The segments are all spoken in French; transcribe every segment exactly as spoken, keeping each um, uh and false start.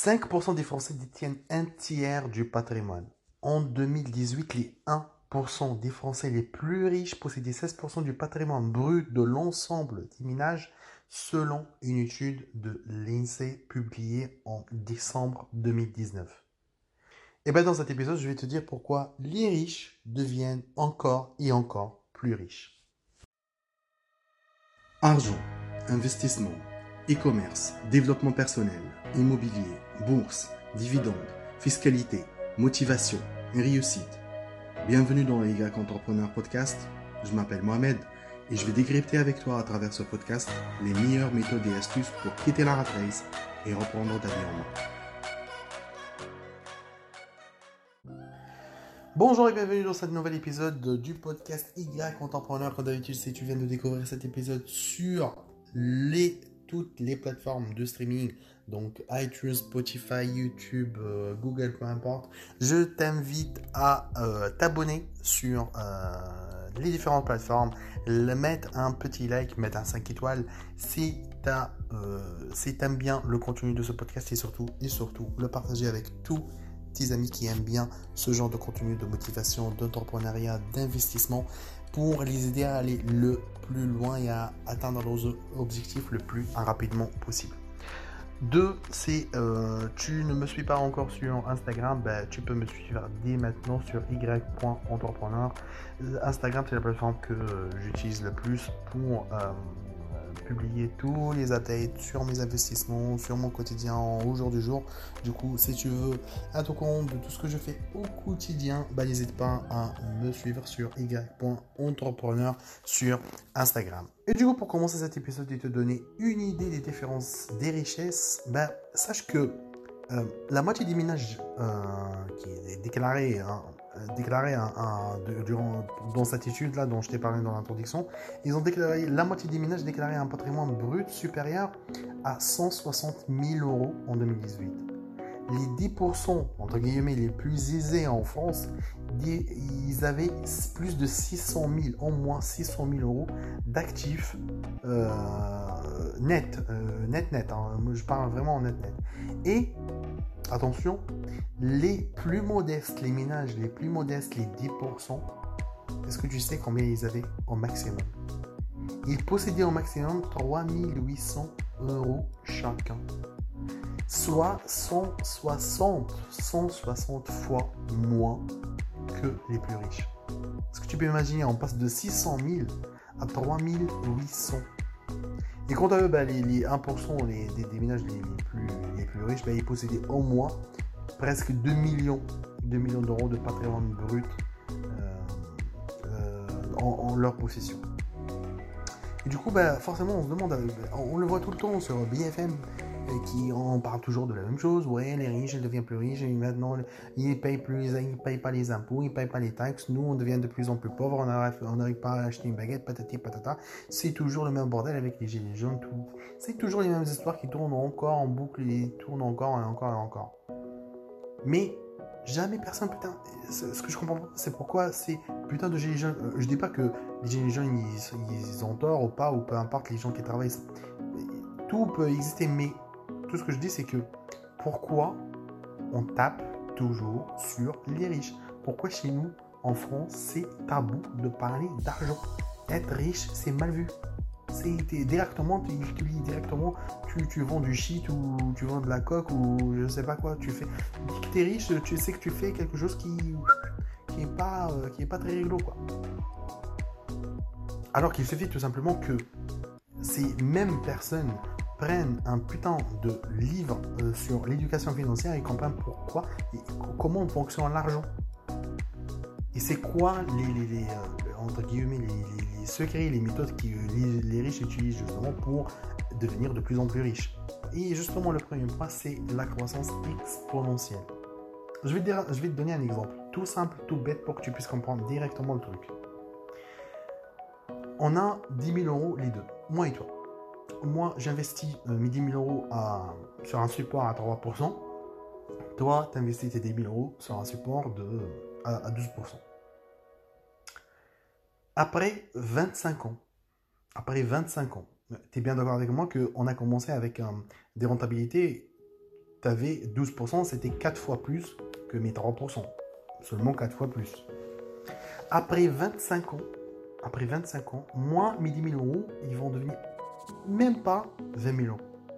cinq pour cent des Français détiennent un tiers du patrimoine. En deux mille dix-huit, les un pour cent des Français les plus riches possédaient seize pour cent du patrimoine brut de l'ensemble des ménages, selon une étude de l'INSEE publiée en décembre deux mille dix-neuf. Et bien dans cet épisode, je vais te dire pourquoi les riches deviennent encore et encore plus riches. Argent, investissement, e-commerce, développement personnel, immobilier, bourse, dividendes, fiscalité, motivation et réussite. Bienvenue dans le Y Entrepreneur Podcast. Je m'appelle Mohamed et je vais décrypter avec toi à travers ce podcast les meilleures méthodes et astuces pour quitter la rat race et reprendre ta vie en main. Bonjour et bienvenue dans ce nouvel épisode du podcast Y Entrepreneur. Comme d'habitude, si tu viens de découvrir cet épisode sur les, toutes les plateformes de streaming, donc iTunes, Spotify, YouTube, euh, Google, peu importe, je t'invite à euh, t'abonner sur euh, les différentes plateformes, le mettre un petit like, mettre un cinq étoiles si tu euh, si aimes bien le contenu de ce podcast et surtout, et surtout le partager avec tous tes amis qui aiment bien ce genre de contenu de motivation, d'entrepreneuriat, d'investissement pour les aider à aller le plus loin et à atteindre leurs objectifs le plus rapidement possible. Deux, c'est euh, tu ne me suis pas encore sur Instagram, bah, tu peux me suivre dès maintenant sur y point entrepreneur. Instagram, c'est la plateforme que euh, j'utilise le plus pour euh, publier tous les updates sur mes investissements, sur mon quotidien au jour du jour. Du coup, si tu veux à ton compte de tout ce que je fais au quotidien, bah, n'hésite pas à me suivre sur y point entrepreneur sur Instagram. Et du coup, pour commencer cet épisode et te donner une idée des différences des richesses, bah, sache que euh, la moitié des ménages euh, qui est déclaré, hein, déclaré un, un, de, durant, dans cette étude-là dont je t'ai parlé dans l'introduction, ils ont déclaré, la moitié des ménages déclaré un patrimoine brut supérieur à cent soixante mille euros en deux mille dix-huit. Les dix pour cent, entre guillemets, les plus aisés en France, ils avaient plus de six cent mille, au moins six cent mille euros d'actifs euh, net, euh, net, net, hein, je parle vraiment en net, net. Et, attention, les plus modestes, les ménages les plus modestes, les dix pour cent, est-ce que tu sais combien ils avaient au maximum? Ils possédaient au maximum trois mille huit cents euros chacun. Soit cent soixante, cent soixante fois moins que les plus riches. Est-ce que tu peux imaginer, on passe de six cent mille à trois mille huit cents. Et quant à eux, bah, les, les un pour cent les, des, des ménages les, les, plus, les plus riches, bah, ils possédaient au moins presque deux millions, deux millions d'euros de patrimoine brut euh, euh, en, en leur possession. Et du coup, bah, forcément, on se demande, on, on le voit tout le temps sur B F M, qui on parle toujours de la même chose. Ouais, les riches, ils deviennent plus riches et maintenant ils payent plus, ils payent pas les impôts, ils payent pas les taxes. Nous, on devient de plus en plus pauvres, on n'arrive, on n'arrive pas à acheter une baguette, patati patata. C'est toujours le même bordel avec les gilets jaunes, tout. C'est toujours les mêmes histoires qui tournent encore en boucle et tournent encore et encore et encore. Mais jamais personne, putain, ce que je comprends pas, c'est pourquoi ces putain de gilets jaunes. Euh, je dis pas que les gilets jaunes ils, ils ont tort ou pas, ou peu importe, les gens qui travaillent, tout peut exister, mais tout ce que je dis, c'est que pourquoi on tape toujours sur les riches? Pourquoi chez nous, en France, c'est tabou de parler d'argent? Être riche, c'est mal vu. C'est directement, tu, tu lis directement, tu, tu vends du shit ou tu vends de la coque ou je sais pas quoi. Tu fais, tu es riche, tu sais que tu fais quelque chose qui qui est pas euh, qui est pas très rigolo, quoi. Alors qu'il suffit tout simplement que ces mêmes personnes prennent un putain de livre euh, sur l'éducation financière et comprennent pourquoi et comment fonctionne l'argent. Et c'est quoi les, les, les euh, entre guillemets les, les, les secrets, les méthodes que les, les riches utilisent justement pour devenir de plus en plus riches. Et justement le premier point, c'est la croissance exponentielle. Je vais te dire, je vais te donner un exemple tout simple, tout bête pour que tu puisses comprendre directement le truc. On a dix mille euros les deux, moi et toi. Moi, j'investis euh, mes dix mille euros à, sur un support à trois pour cent. Toi, tu investis tes dix mille euros sur un support de, à, à douze pour cent. Après vingt-cinq ans, après vingt-cinq ans, tu es bien d'accord avec moi qu'on a commencé avec euh, des rentabilités tu avais douze pour cent, c'était quatre fois plus que mes trois pour cent. Seulement quatre fois plus. Après vingt-cinq ans, après vingt-cinq ans, moi, mes dix mille euros, ils vont devenir même pas vingt mille euros.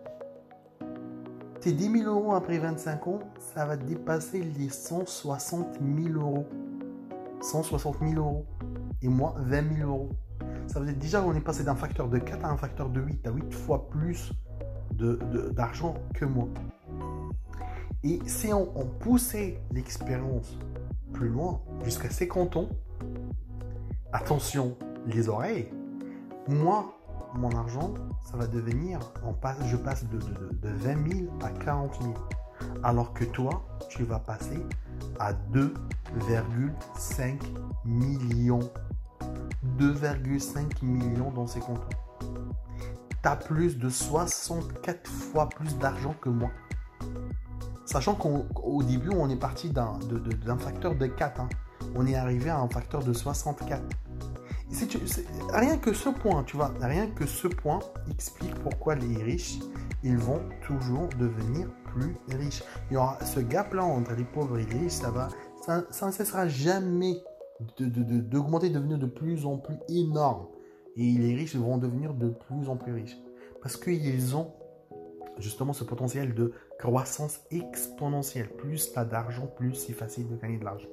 Tes dix mille euros après vingt-cinq ans, ça va dépasser les cent soixante mille euros. cent soixante mille euros. Et moi, vingt mille euros. Ça veut dire déjà qu'on est passé d'un facteur de quatre à un facteur de huit. Tu as huit fois plus de, de, d'argent que moi. Et si on, on poussait l'expérience plus loin, jusqu'à cinquante ans, attention, les oreilles, moi, mon argent, ça va devenir, on passe, je passe de, de, de vingt mille à quarante mille. Alors que toi, tu vas passer à deux virgule cinq millions. deux virgule cinq millions dans ces comptes. Tu as plus de soixante-quatre fois plus d'argent que moi. Sachant qu'au début, on est parti d'un, de, de, d'un facteur de quatre. Hein. On est arrivé à un facteur de soixante-quatre. Et c'est, c'est, rien que ce point, tu vois, rien que ce point explique pourquoi les riches, ils vont toujours devenir plus riches. Il y aura ce gap-là entre les pauvres et les riches, ça va, ça, ça ne cessera jamais de, de, de, d'augmenter, de devenir de plus en plus énorme. Et les riches vont devenir de plus en plus riches. Parce qu'ils ont justement ce potentiel de croissance exponentielle. Plus tu as d'argent, plus c'est facile de gagner de l'argent.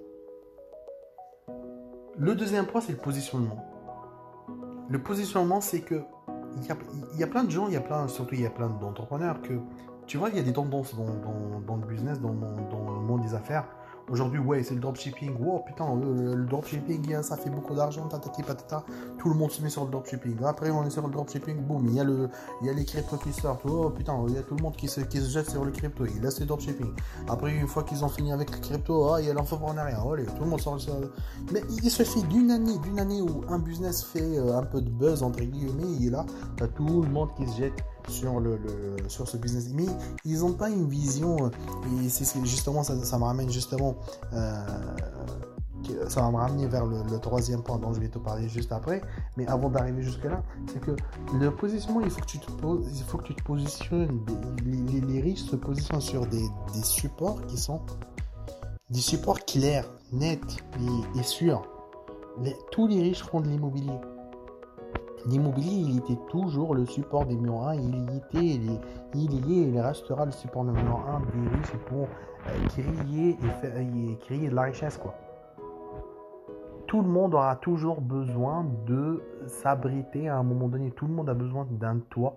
Le deuxième point, c'est le positionnement. Le positionnement, c'est que il y a, il y a plein de gens, il y a plein, surtout il y a plein d'entrepreneurs que, tu vois, il y a des tendances dans, dans, dans le business, dans, dans, dans le monde des affaires. Aujourd'hui, ouais, c'est le dropshipping. Wow, putain, le, le dropshipping, ça fait beaucoup d'argent, tatati patata. Tout le monde se met sur le dropshipping. Après, on est sur le dropshipping, boum, il y a, le, il y a les cryptos qui sortent. Oh putain, il y a tout le monde qui se, qui se jette sur le crypto. Il laisse le dropshipping. Après, une fois qu'ils ont fini avec le crypto, oh, il y a l'entrepreneuriat. Oh, allez, tout le monde sort sur le... Mais il suffit d'une année, d'une année où un business fait un peu de buzz, entre guillemets, et là, t'as tout le monde qui se jette sur, le, le, sur ce business. Mais ils n'ont pas une vision, et c'est, c'est justement, ça, ça me ramène justement, euh, ça va me ramener vers le, le troisième point dont je vais te parler juste après. Mais avant d'arriver jusque là, c'est que le positionnement, il faut que tu te, poses, il faut que tu te positionnes, les, les, les riches se positionnent sur des, des supports qui sont des supports clairs, nets et, et sûrs. Les, tous les riches font de l'immobilier. L'immobilier, il était toujours le support des numéro un, il y était, il, il y est, il restera le support numéro un des riches pour euh, créer, et faire, et créer de la richesse, quoi. Tout le monde aura toujours besoin de s'abriter à un moment donné. Tout le monde a besoin d'un toit.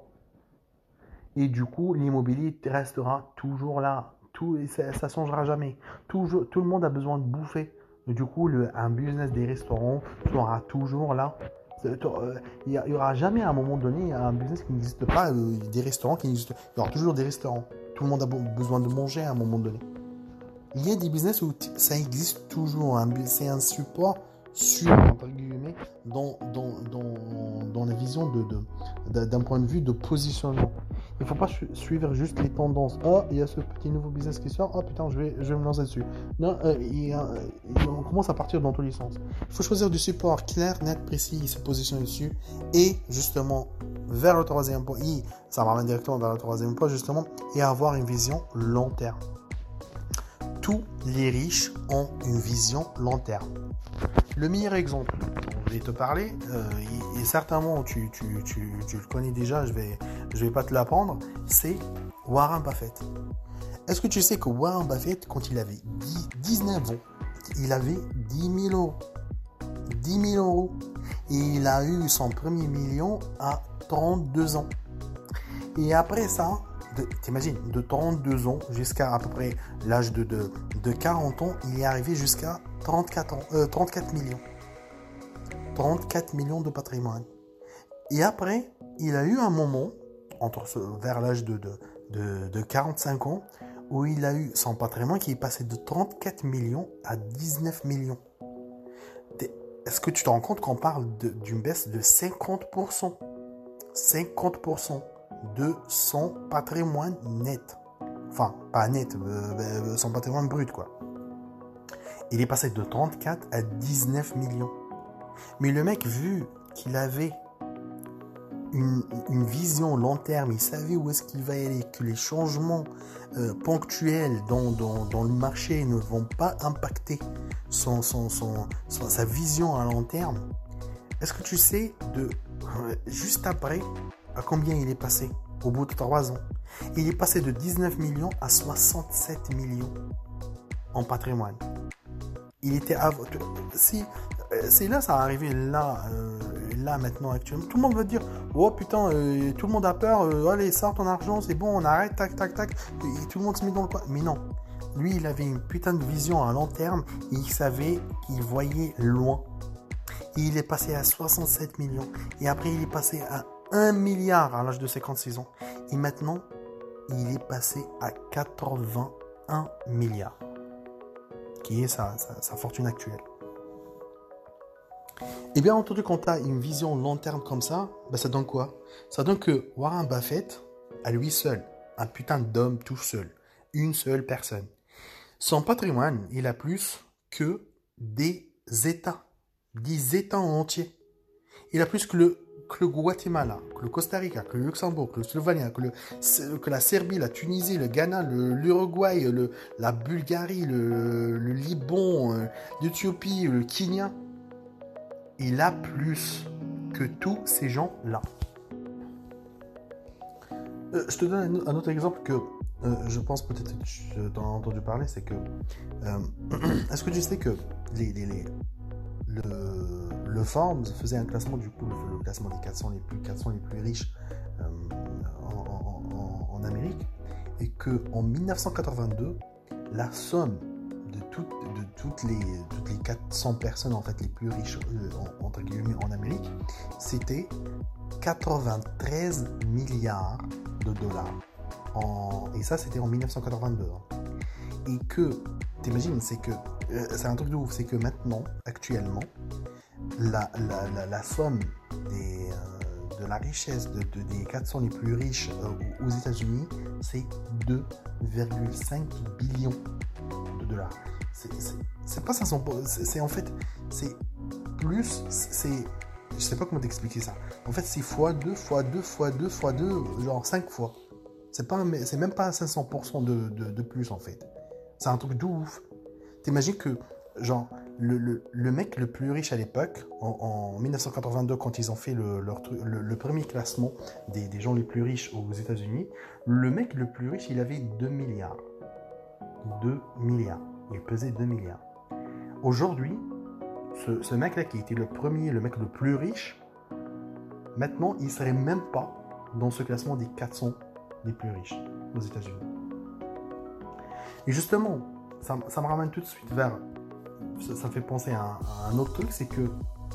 Et du coup, l'immobilier restera toujours là. Tout, ça ne changera jamais. Tout, tout le monde a besoin de bouffer. Et du coup, le, un business des restaurants sera toujours là. Il n'y aura jamais à un moment donné un business qui n'existe pas, euh, des restaurants qui n'existent. Il y aura toujours des restaurants. Tout le monde a besoin de manger à un moment donné. Il y a des business où ça existe toujours. Hein. C'est un support sûr, entre guillemets, dans, dans, dans, dans la vision de, de, d'un point de vue de positionnement. Il ne faut pas su- suivre juste les tendances. Oh, il y a ce petit nouveau business qui sort. Oh putain, je vais, je vais me lancer dessus. Non, euh, il y a, on commence à partir dans tous les sens. Il faut choisir du support clair, net, précis, il se positionne dessus. Et justement, vers le troisième point, et ça m'amène directement vers le troisième point, justement, et avoir une vision long terme. Tous les riches ont une vision long terme. Le meilleur exemple dont je vais te parler, euh, et, et certainement tu, tu, tu, tu le connais déjà, je vais, je vais pas te l'apprendre, c'est Warren Buffett. Est-ce que tu sais que Warren Buffett, quand il avait dix-neuf ans, il avait dix mille euros. dix mille euros. Et il a eu son premier million à trente-deux ans. Et après ça, de, t'imagines, de trente-deux ans jusqu'à à peu près l'âge de, de, de quarante ans, il est arrivé jusqu'à trente-quatre ans, euh, trente-quatre millions. trente-quatre millions de patrimoine. Et après, il a eu un moment, entre ce, vers l'âge de, de, de, de quarante-cinq ans, où il a eu son patrimoine qui est passé de trente-quatre millions à dix-neuf millions. Est-ce que tu te rends compte qu'on parle de, d'une baisse de cinquante pour cent cinquante pour cent de son patrimoine net. Enfin, pas net, euh, son patrimoine brut, quoi. Il est passé de trente-quatre à dix-neuf millions. Mais le mec, vu qu'il avait une, une vision long terme, il savait où est-ce qu'il va aller, que les changements euh, ponctuels dans, dans, dans le marché ne vont pas impacter son, son, son, son, sa vision à long terme. Est-ce que tu sais de euh, juste après à combien il est passé au bout de trois ans? Il est passé de dix-neuf millions à soixante-sept millions en patrimoine. Il était av- si c'est là, ça arrivé là, euh, là maintenant actuellement. Tout le monde va dire, oh putain, euh, tout le monde a peur. Euh, allez, sors ton argent, c'est bon, on arrête, tac, tac, tac. Et tout le monde se met dans le coin. Mais non, lui, il avait une putain de vision à long terme. Et il savait qu'il voyait loin. Et il est passé à soixante-sept millions. Et après, il est passé à un milliard à l'âge de cinquante-six ans. Et maintenant, il est passé à quatre-vingt-un milliards, qui est sa, sa, sa fortune actuelle. Et bien entendu, quand tu as une vision long terme comme ça, ben ça donne quoi? Ça donne que Warren Buffett, à lui seul, un putain d'homme tout seul, une seule personne, son patrimoine, il a plus que des États, des États entiers. Il a plus que le, que le Guatemala, que le Costa Rica, que le Luxembourg, que le Slovénie, que, le, que la Serbie, la Tunisie, le Ghana, le, l'Uruguay, le, la Bulgarie, le, le Liban, l'Éthiopie, le Kenya. Il a plus que tous ces gens-là. Euh, je te donne un autre exemple que euh, je pense peut-être que tu en as entendu parler, c'est que euh, est-ce que tu sais que les, les, les, le, le Forbes faisait un classement, du coup le, le classement des quatre cents les plus, quatre cents les plus riches euh, en, en, en, en Amérique, et que en dix-neuf cent quatre-vingt-deux, la somme de toutes, de toutes les, toutes les quatre cents personnes en fait les plus riches euh, entre guillemets en Amérique, c'était quatre-vingt-treize milliards de dollars. En, et ça, c'était en dix-neuf cent quatre-vingt-deux. Hein. Et que, t'imagines, c'est que, euh, c'est un truc de ouf, c'est que maintenant, actuellement, la, la, la, la somme des, euh, de la richesse de, de, des quatre cents les plus riches euh, aux États-Unis, c'est deux virgule cinq billions de dollars. C'est, c'est, c'est pas cinq cents, c'est, c'est en fait, c'est plus, c'est, je sais pas comment t'expliquer ça. En fait, c'est fois deux, fois deux, fois deux, fois deux, genre cinq fois. C'est, pas, c'est même pas cinq cents pour cent de, de, de plus, en fait. C'est un truc de ouf. T'imagines que, genre, le, le, le mec le plus riche à l'époque, en, en dix-neuf cent quatre-vingt-deux, quand ils ont fait le, leur, le, le premier classement des, des gens les plus riches aux États-Unis, le mec le plus riche, il avait deux milliards. deux milliards. Il pesait deux milliards. Aujourd'hui, ce, ce mec-là qui était le premier, le mec le plus riche, maintenant, il serait même pas dans ce classement des quatre cents les plus riches aux États-Unis. Et justement, ça, ça me ramène tout de suite vers... Ça, ça me fait penser à un, à un autre truc, c'est que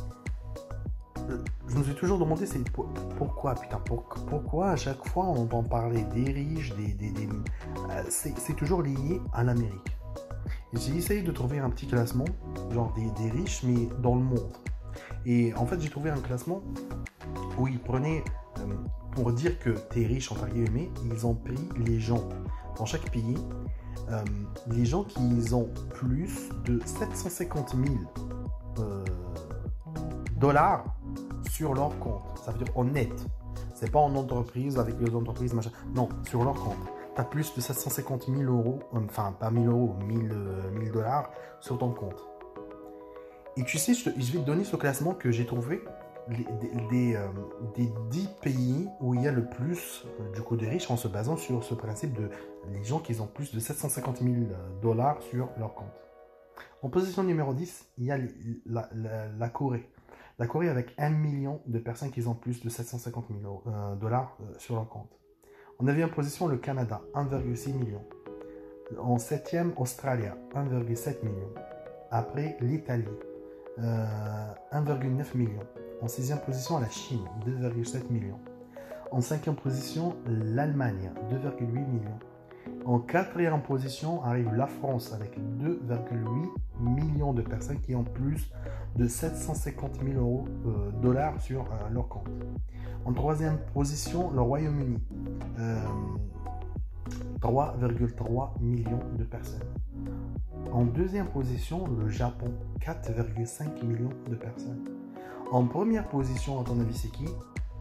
je me suis toujours demandé c'est pour, pourquoi, putain, pour, pourquoi à chaque fois on entend parler des riches, des, des, des, euh, c'est, c'est toujours lié à l'Amérique. Et j'ai essayé de trouver un petit classement, genre des, des riches, mais dans le monde. Et en fait, j'ai trouvé un classement où ils prenaient, euh, pour dire que t'es riche, entre guillemets, ils ont pris les gens dans chaque pays, euh, les gens qui ont plus de sept cent cinquante mille euh, dollars sur leur compte. Ça veut dire en net. C'est pas en entreprise avec les entreprises, machin. Non, sur leur compte. Tu as plus de sept cent cinquante mille euros, enfin pas mille euros, mille dollars sur ton compte. Et tu sais, je, te, je vais te donner ce classement que j'ai trouvé les, des, des, euh, des dix pays où il y a le plus euh, du coup des riches en se basant sur ce principe de les gens qui ont plus de sept cent cinquante mille dollars sur leur compte. En position numéro dix, il y a la, la, la Corée. La Corée avec un million de personnes qui ont plus de sept cent cinquante mille dollars euh, sur leur compte. En neuvième position, le Canada, un virgule six million. En septième, Australie, un virgule sept million. Après, l'Italie, euh, un virgule neuf million. En sixième position, la Chine, deux virgule sept millions. En cinquième position, l'Allemagne, deux virgule huit millions. En quatrième position arrive la France avec deux virgule huit millions de personnes qui ont plus de sept cent cinquante mille euros, euh, dollars sur euh, leur compte. En troisième position, le Royaume-Uni, euh, trois virgule trois millions de personnes. En deuxième position, le Japon, quatre virgule cinq millions de personnes. En première position, à ton avis, c'est qui?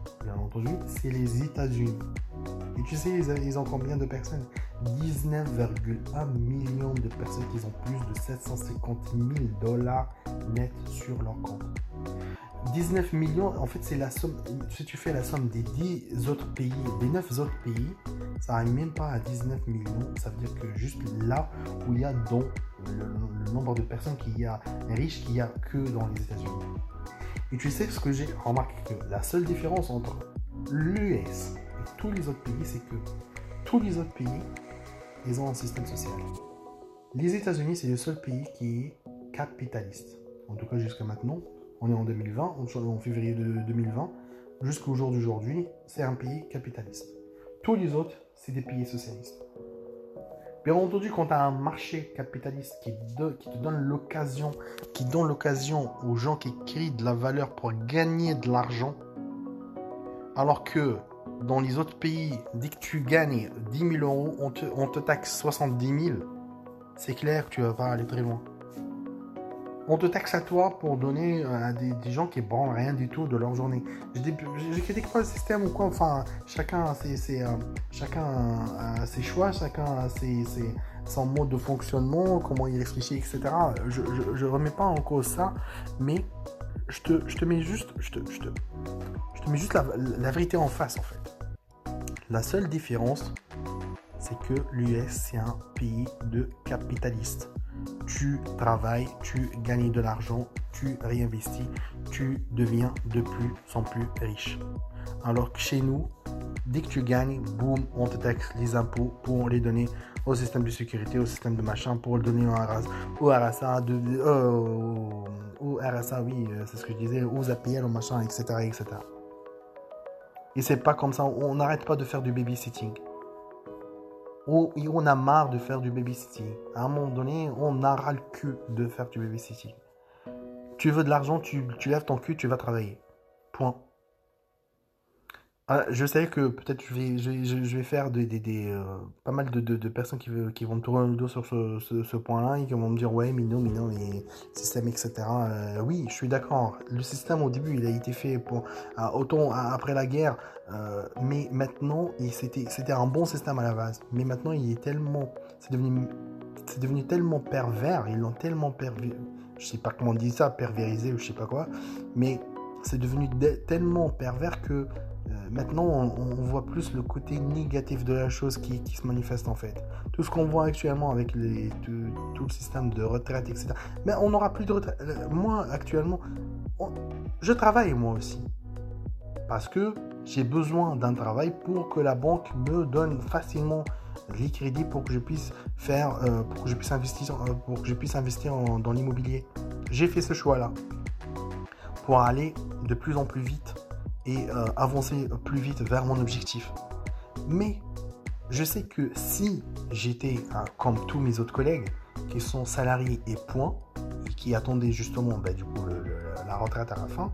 bien entendu, c'est les États-Unis. Et tu sais, ils, ils ont combien de personnes? dix-neuf virgule un millions de personnes qui ont plus de sept cent cinquante mille dollars net sur leur compte. dix-neuf millions, en fait, c'est la somme. Si tu fais la somme des dix autres pays, des neuf autres pays, ça n'arrive même pas à dix-neuf millions. Ça veut dire que juste là où il y a dans le, le nombre de personnes qu'il y a riches qu'il y a que dans les États-Unis. Et tu sais ce que j'ai remarqué, que la seule différence entre l'U S et tous les autres pays, c'est que tous les autres pays, ils ont un système social. Les États-Unis, c'est le seul pays qui est capitaliste. En tout cas, jusqu'à maintenant, on est en deux mille vingt, en février de deux mille vingt, jusqu'au jour d'aujourd'hui, c'est un pays capitaliste. Tous les autres, c'est des pays socialistes. Bien entendu, quand tu as un marché capitaliste qui, de, qui te donne l'occasion, qui donne l'occasion aux gens qui créent de la valeur pour gagner de l'argent, alors que dans les autres pays, dès que tu gagnes dix mille euros, on te, on te taxe soixante-dix mille, c'est clair que tu vas pas aller très loin. On te taxe à toi pour donner à des, des gens qui ne branlent rien du tout de leur journée. Je ne critique pas le système ou quoi, enfin, chacun a ses, ses, euh, chacun a ses choix, chacun a ses, ses, son mode de fonctionnement, comment il réfléchit, et cetera. Je ne remets pas en cause ça, mais je te, je te mets juste, je te, je te, je te mets juste la, la vérité en face, en fait. La seule différence, c'est que l'U S, c'est un pays de capitalistes. Tu travailles, tu gagnes de l'argent, tu réinvestis, tu deviens de plus en plus riche. Alors que chez nous, dès que tu gagnes, boum, on te taxe les impôts pour les donner au système de sécurité, au système de machin, pour le donner au R S A, de, euh, au R S A, oui, c'est ce que je disais, aux A P L, au machin, et cetera, et cetera. Et c'est pas comme ça, on n'arrête pas de faire du babysitting. On a marre de faire du babysitting. À un moment donné, on a ras le cul de faire du babysitting. Tu veux de l'argent, tu, tu lèves ton cul, tu vas travailler. Point. Ah, je sais que peut-être je vais, je, je, je vais faire des, des, des, euh, pas mal de, de, de personnes qui, veut, qui vont me tourner le dos sur ce, ce, ce point-là et qui vont me dire ouais, mais non, mais non, mais système, et cetera. Euh, oui, je suis d'accord. Le système au début, il a été fait pour euh, autant euh, après la guerre, euh, mais maintenant, il, c'était, c'était un bon système à la base. Mais maintenant, il est tellement, c'est devenu, c'est devenu tellement pervers, ils l'ont tellement pervers, je sais pas comment on dit ça, pervérisé ou je sais pas quoi, mais c'est devenu de, tellement pervers que Euh, maintenant, on, on voit plus le côté négatif de la chose qui, qui se manifeste en fait. Tout ce qu'on voit actuellement avec les, tout, tout le système de retraite, et cetera. Mais on n'aura plus de retraite. Moi, actuellement, on, je travaille moi aussi. Parce que j'ai besoin d'un travail pour que la banque me donne facilement les crédits pour que je puisse faire, euh, pour que je puisse investir, euh, pour que je puisse investir en, dans l'immobilier. J'ai fait ce choix-là pour aller de plus en plus vite et euh, avancer plus vite vers mon objectif. Mais je sais que si j'étais hein, comme tous mes autres collègues qui sont salariés et point, et qui attendaient justement bah, du coup, le, le, la retraite à la fin,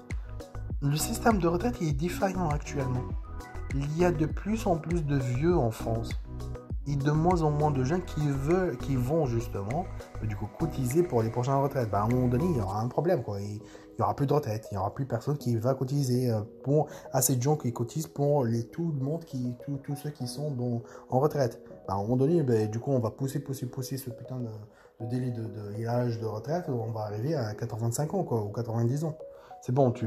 le système de retraite il est défaillant actuellement. Il y a de plus en plus de vieux en France et de moins en moins de jeunes qui, veulent, qui vont justement du coup, cotiser pour les prochaines retraites. Bah, à un moment donné, il y aura un problème, quoi. Et, il n'y aura plus de retraite, il n'y aura plus personne qui va cotiser pour assez de gens qui cotisent pour les, tout le monde, qui, tous tout ceux qui sont dans, en retraite. Bah, à un moment donné, bah, du coup, on va pousser, pousser, pousser ce putain de, de délai de, de l'âge de retraite, on va arriver à quatre-vingt-cinq ans, quoi, ou quatre-vingt-dix ans. C'est bon, tu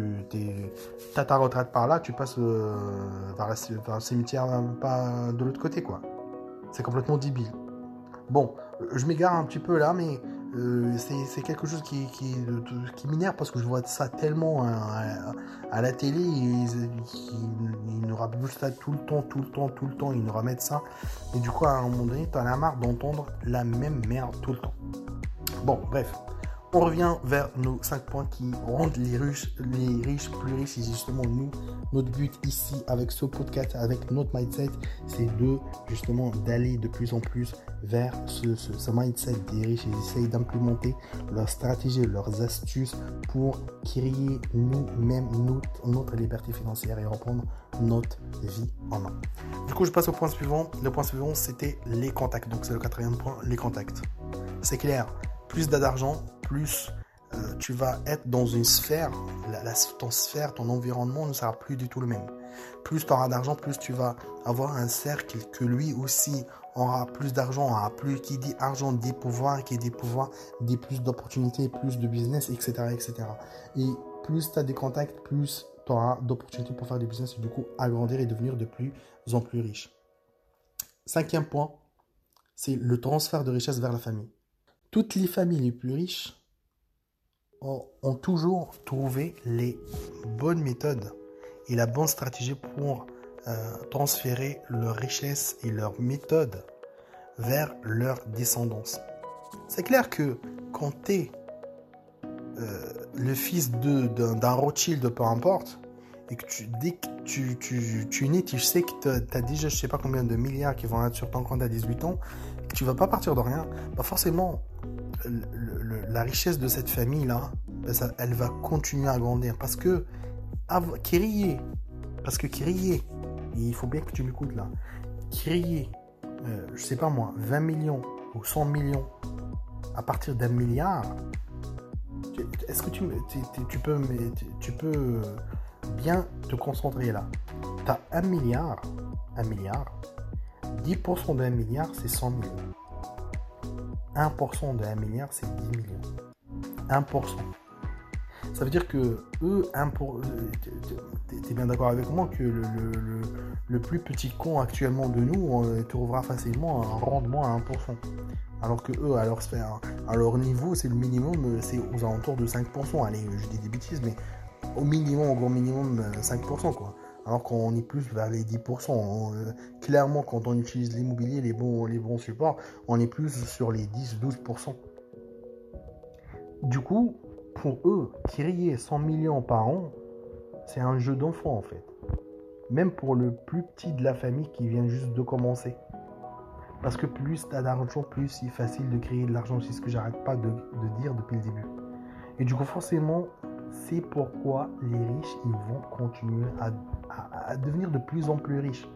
as ta retraite par là, tu passes euh, vers, la, vers le cimetière pas de l'autre côté, quoi. C'est complètement débile. Bon, je m'égare un petit peu là, mais euh, c'est, c'est quelque chose qui, qui, qui m'énerve parce que je vois ça tellement à, à, à la télé. Ils, ils, ils nous rappellent ça tout le temps, tout le temps, tout le temps. Ils nous remettent ça. Et du coup, à un moment donné, t'en as marre d'entendre la même merde tout le temps. Bon, bref. On revient vers nos cinq points qui rendent les riches, les riches plus riches. Et justement, nous, notre but ici, avec ce podcast, avec notre mindset, c'est de, justement, d'aller de plus en plus vers ce, ce, ce mindset des riches. Ils essayent d'implémenter leurs stratégies, leurs astuces pour créer nous-mêmes notre, notre liberté financière et reprendre notre vie en main. Du coup, je passe au point suivant. Le point suivant, c'était les contacts. Donc, c'est le quatrième point, les contacts. C'est clair. Plus d'argent, plus euh, tu vas être dans une sphère, la, la, ton sphère, ton environnement ne sera plus du tout le même. Plus tu auras d'argent, plus tu vas avoir un cercle que lui aussi aura plus d'argent, aura plus, qui dit argent dit pouvoir, qui dit pouvoir dit plus d'opportunités, plus de business, et cetera, et cetera. Et plus tu as des contacts, plus tu auras d'opportunités pour faire des business et du coup agrandir et devenir de plus en plus riche. Cinquième point, c'est le transfert de richesse vers la famille. Toutes les familles les plus riches ont, ont toujours trouvé les bonnes méthodes et la bonne stratégie pour euh, transférer leur richesse et leur méthode vers leur descendance. C'est clair que quand tu es euh, le fils de, d'un, d'un Rothschild, peu importe, et que tu, dès que tu, tu, tu es né, tu sais que tu as déjà je sais pas combien de milliards qui vont être sur ton compte à dix-huit ans, et que tu vas pas partir de rien, bah forcément, le, le, la richesse de cette famille-là, bah ça, elle va continuer à grandir. Parce que, Kyrie, parce que Kyrie, il faut bien que tu m'écoutes là, Kyrie, euh, je sais pas moi, vingt millions ou cent millions à partir d'un milliard, est-ce que tu, tu, tu, peux, tu peux bien te concentrer là. Tu as un milliard, un milliard, dix pour cent d'un milliard, c'est cent millions. un pour cent d'un milliard, c'est dix millions. un pour cent. Ça veut dire que eux, un pour... tu es bien d'accord avec moi que le, le, le, le plus petit con actuellement de nous on trouvera facilement un rendement à un pour cent. Alors que eux, à leur sphère, à leur niveau, c'est le minimum, c'est aux alentours de cinq pour cent. Allez, je dis des bêtises, mais au minimum, au grand minimum, cinq pour cent quoi. Alors qu'on est plus vers les dix pour cent. On, euh, clairement, quand on utilise l'immobilier, les bons, les bons supports, on est plus sur les dix à douze pour cent. Du coup, pour eux, créer cent millions par an, c'est un jeu d'enfant en fait. Même pour le plus petit de la famille qui vient juste de commencer. Parce que plus tu as d'argent, plus c'est facile de créer de l'argent. C'est ce que j'arrête pas de, de dire depuis le début. Et du coup, forcément, c'est pourquoi les riches, ils vont continuer à, à, à devenir de plus en plus riches.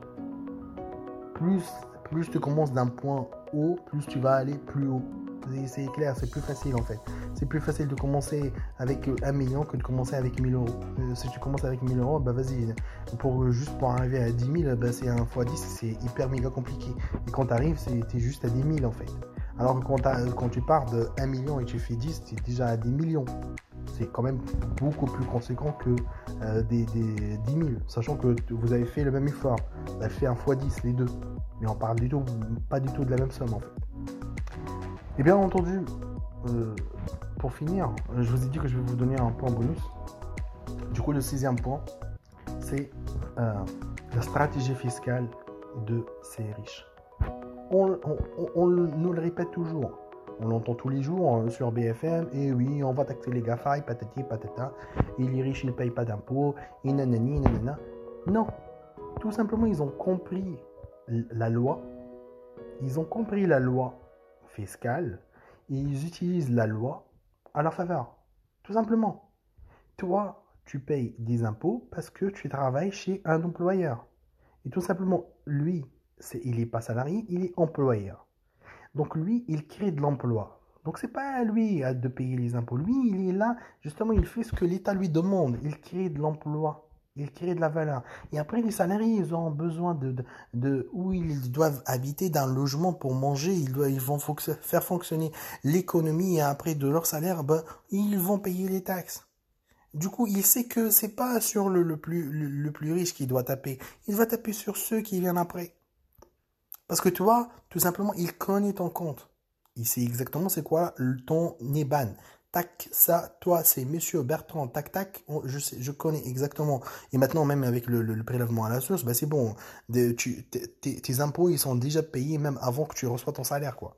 Plus, plus tu commences d'un point haut, plus tu vas aller plus haut. C'est, c'est clair, c'est plus facile en fait. C'est plus facile de commencer avec un million que de commencer avec mille euros. Euh, si tu commences avec mille euros, bah vas-y. Pour, juste pour arriver à dix mille, bah c'est un fois dix, c'est hyper méga compliqué. Et quand tu arrives, c'est, t'es juste à dix mille en fait. Alors que quand, quand tu pars de un million et tu fais dix, tu es déjà à des millions. C'est quand même beaucoup plus conséquent que euh, des, des dix mille. Sachant que vous avez fait le même effort. Vous avez fait un fois dix, les deux. Mais on parle du tout, pas du tout de la même somme en fait. Et bien entendu, euh, pour finir, je vous ai dit que je vais vous donner un point bonus. Du coup, le sixième point, c'est euh, la stratégie fiscale de ces riches. On, on, on, on nous le répète toujours. On l'entend tous les jours sur B F M. Et oui, on va taxer les GAFA, patati patata. Et les riches, ils ne payent pas d'impôts. Et nanani, nanana. Non. Tout simplement, ils ont compris la loi. Ils ont compris la loi fiscale. Et ils utilisent la loi à leur faveur. Tout simplement. Toi, tu payes des impôts parce que tu travailles chez un employeur. Et tout simplement, lui, c'est, il n'est pas salarié, il est employeur. Donc lui, il crée de l'emploi. Donc c'est pas à lui de payer les impôts. Lui, il est là, justement, il fait ce que l'État lui demande. Il crée de l'emploi. Il crée de la valeur. Et après, les salariés, ils ont besoin de, de, de où ils doivent habiter, d'un logement pour manger. Ils, doivent, ils vont fonc- faire fonctionner l'économie. Et après, de leur salaire, ben, ils vont payer les taxes. Du coup, il sait que c'est pas sur le, le, plus, le, le plus riche qu'il doit taper. Il va taper sur ceux qui viennent après. Parce que tu vois, tout simplement, il connaît ton compte. Il sait exactement c'est quoi ton N B A N. Tac, ça, toi, c'est Monsieur Bertrand, tac, tac, on, je, sais, je connais exactement. Et maintenant, même avec le, le, le prélèvement à la source, bah c'est bon. De, tu, t, t, tes impôts, ils sont déjà payés même avant que tu reçois ton salaire, quoi.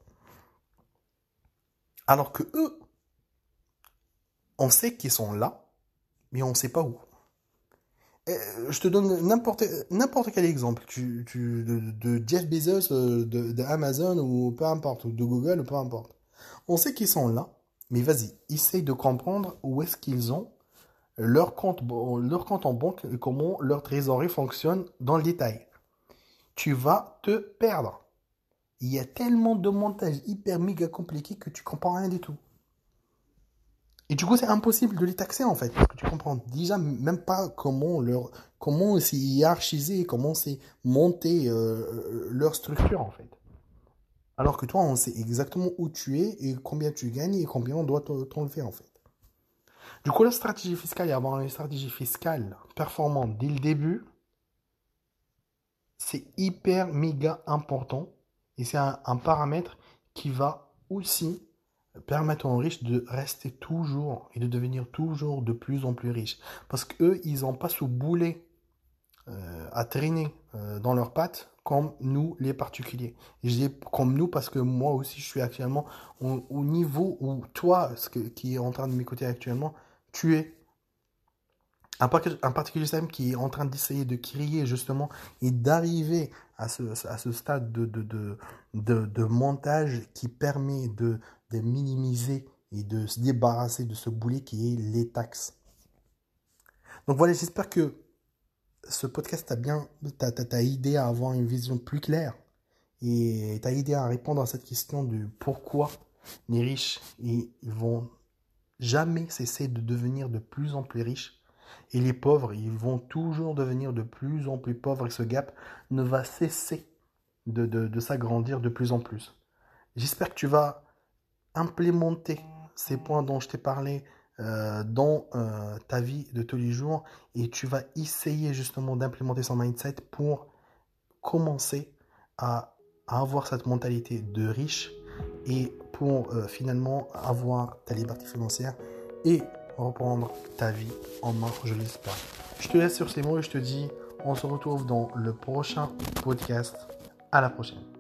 Alors que eux, on sait qu'ils sont là, mais on ne sait pas où. Et je te donne n'importe, n'importe quel exemple tu, tu, de, de Jeff Bezos, de, de Amazon ou peu importe, ou de Google ou peu importe. On sait qu'ils sont là, mais vas-y, essaye de comprendre où est-ce qu'ils ont leur compte, leur compte en banque et comment leur trésorerie fonctionne dans le détail. Tu vas te perdre. Il y a tellement de montages hyper méga compliqués que tu comprends rien du tout. Et du coup, c'est impossible de les taxer, en fait, parce que tu comprends déjà même pas comment leur, comment c'est hiérarchisé, comment c'est monté euh, leur structure, en fait. Alors que toi, on sait exactement où tu es et combien tu gagnes et combien on doit t'enlever, en fait. Du coup, la stratégie fiscale et avoir une stratégie fiscale performante dès le début, c'est hyper méga important et c'est un, un paramètre qui va aussi permettre aux riches de rester toujours et de devenir toujours de plus en plus riches. Parce qu'eux, ils n'ont pas ce boulet euh, à traîner euh, dans leurs pattes comme nous, les particuliers. Et je dis comme nous parce que moi aussi, je suis actuellement au, au niveau où toi, ce que, qui est en train de m'écouter actuellement, tu es. Un, par- un particulier Sam qui est en train d'essayer de crier justement et d'arriver à ce, à ce stade de, de, de, de, de montage qui permet de, de minimiser et de se débarrasser de ce boulet qui est les taxes. Donc voilà, j'espère que ce podcast t'a bien t'a, t'a, t'a aidé à avoir une vision plus claire et t'a aidé à répondre à cette question de pourquoi les riches ils, ils vont jamais cesser de devenir de plus en plus riches. Et les pauvres, ils vont toujours devenir de plus en plus pauvres et ce gap ne va cesser de, de, de s'agrandir de plus en plus. J'espère que tu vas implémenter ces points dont je t'ai parlé euh, dans euh, ta vie de tous les jours et tu vas essayer justement d'implémenter son mindset pour commencer à, à avoir cette mentalité de riche et pour euh, finalement avoir ta liberté financière et reprendre ta vie en main, je l'espère. Je te laisse sur ces mots et je te dis, on se retrouve dans le prochain podcast. À la prochaine.